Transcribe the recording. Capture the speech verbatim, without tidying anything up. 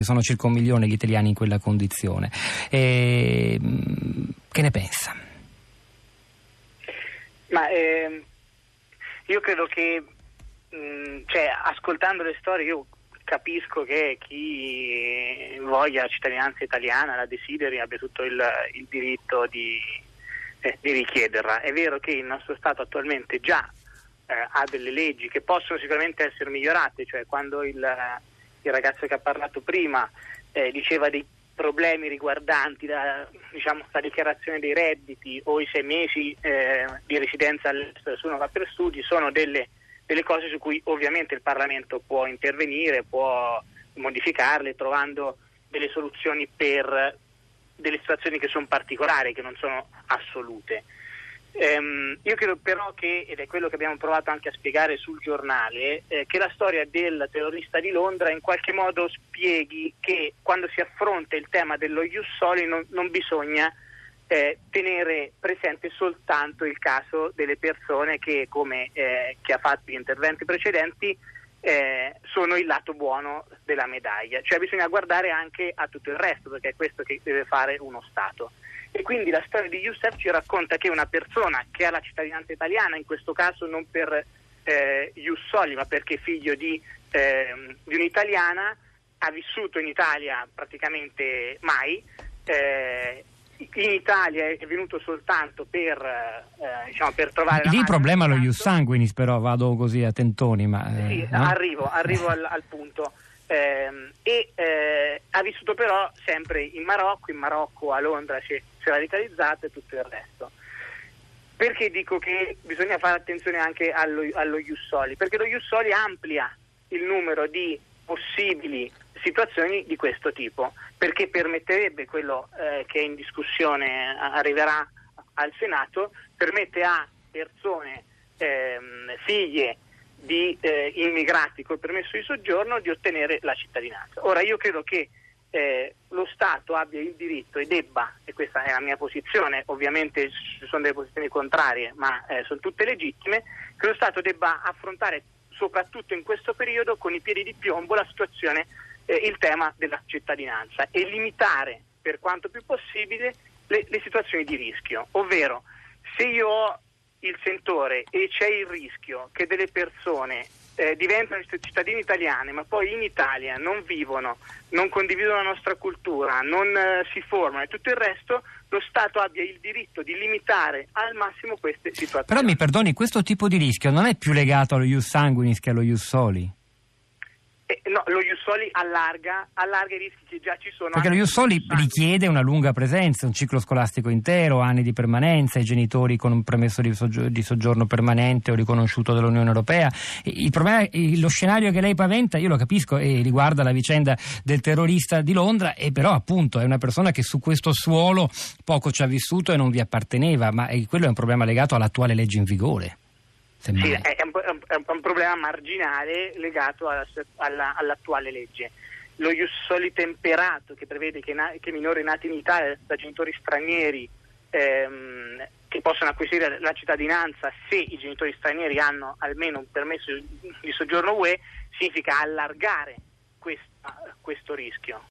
Sono circa un milione gli italiani in quella condizione. E, che ne pensa? Ma eh, io credo che mh, cioè, ascoltando le storie io capisco che chi voglia la cittadinanza italiana, la desideri, abbia tutto il, il diritto di, eh, di richiederla. È vero che il nostro Stato attualmente già eh, ha delle leggi che possono sicuramente essere migliorate, cioè quando il il ragazzo che ha parlato prima eh, diceva dei problemi riguardanti la, diciamo, la dichiarazione dei redditi o i sei mesi eh, di residenza all'estero se uno va per studi, sono delle, delle cose su cui ovviamente il Parlamento può intervenire, può modificarle trovando delle soluzioni per delle situazioni che sono particolari, che non sono assolute. Um, io credo però che, ed è quello che abbiamo provato anche a spiegare sul giornale, eh, che la storia del terrorista di Londra in qualche modo spieghi che quando si affronta il tema dello ius soli non, non bisogna eh, tenere presente soltanto il caso delle persone che, come eh, chi ha fatto gli interventi precedenti, eh, sono il lato buono della medaglia, cioè bisogna guardare anche a tutto il resto, perché è questo che deve fare uno Stato. E quindi la storia di Youssef ci racconta che una persona che ha la cittadinanza italiana, in questo caso non per eh, ius soli, ma perché figlio di, eh, di un'italiana, ha vissuto in Italia praticamente mai, eh, in Italia è venuto soltanto per, eh, diciamo, per trovare... Lì la il problema è lo intanto. ius sanguinis, però vado così a tentoni, ma... Eh, sì, no? arrivo, arrivo al, al punto. Eh, e eh, ha vissuto però sempre in Marocco, in Marocco a Londra si è, si è radicalizzato e tutto il resto. Perché dico che bisogna fare attenzione anche allo, allo ius soli? Perché lo ius soli amplia il numero di possibili situazioni di questo tipo, perché permetterebbe quello eh, che è in discussione, arriverà al Senato, permette a persone ehm, figlie di eh, immigrati col permesso di soggiorno di ottenere la cittadinanza. Ora io credo che eh, lo Stato abbia il diritto e debba, e questa è la mia posizione, ovviamente ci sono delle posizioni contrarie, ma eh, sono tutte legittime, che lo Stato debba affrontare soprattutto in questo periodo con i piedi di piombo la situazione, eh, il tema della cittadinanza e limitare per quanto più possibile le, le situazioni di rischio, ovvero se io ho il sentore e c'è il rischio che delle persone eh, diventano cittadini italiane ma poi in Italia non vivono, non condividono la nostra cultura, non eh, si formano e tutto il resto, lo Stato abbia il diritto di limitare al massimo queste situazioni. Però mi perdoni, questo tipo di rischio non è più legato allo ius sanguinis che allo ius soli? Eh, no, lo ius soli allarga, allarga i rischi che già ci sono. Perché lo ius soli richiede una lunga presenza, un ciclo scolastico intero, anni di permanenza, i genitori con un permesso di, soggiorno, di soggiorno permanente o riconosciuto dall'Unione Europea. Il problema, lo scenario che lei paventa, io lo capisco, e riguarda la vicenda del terrorista di Londra, e però appunto è una persona che su questo suolo poco ci ha vissuto e non vi apparteneva, ma quello è un problema legato all'attuale legge in vigore. Sì, è un, è un problema marginale legato alla, alla, all'attuale legge. Lo ius soli temperato, che prevede che, na- che minori nati in Italia da genitori stranieri ehm, che possono acquisire la cittadinanza se i genitori stranieri hanno almeno un permesso di soggiorno U E, significa allargare questa, questo rischio.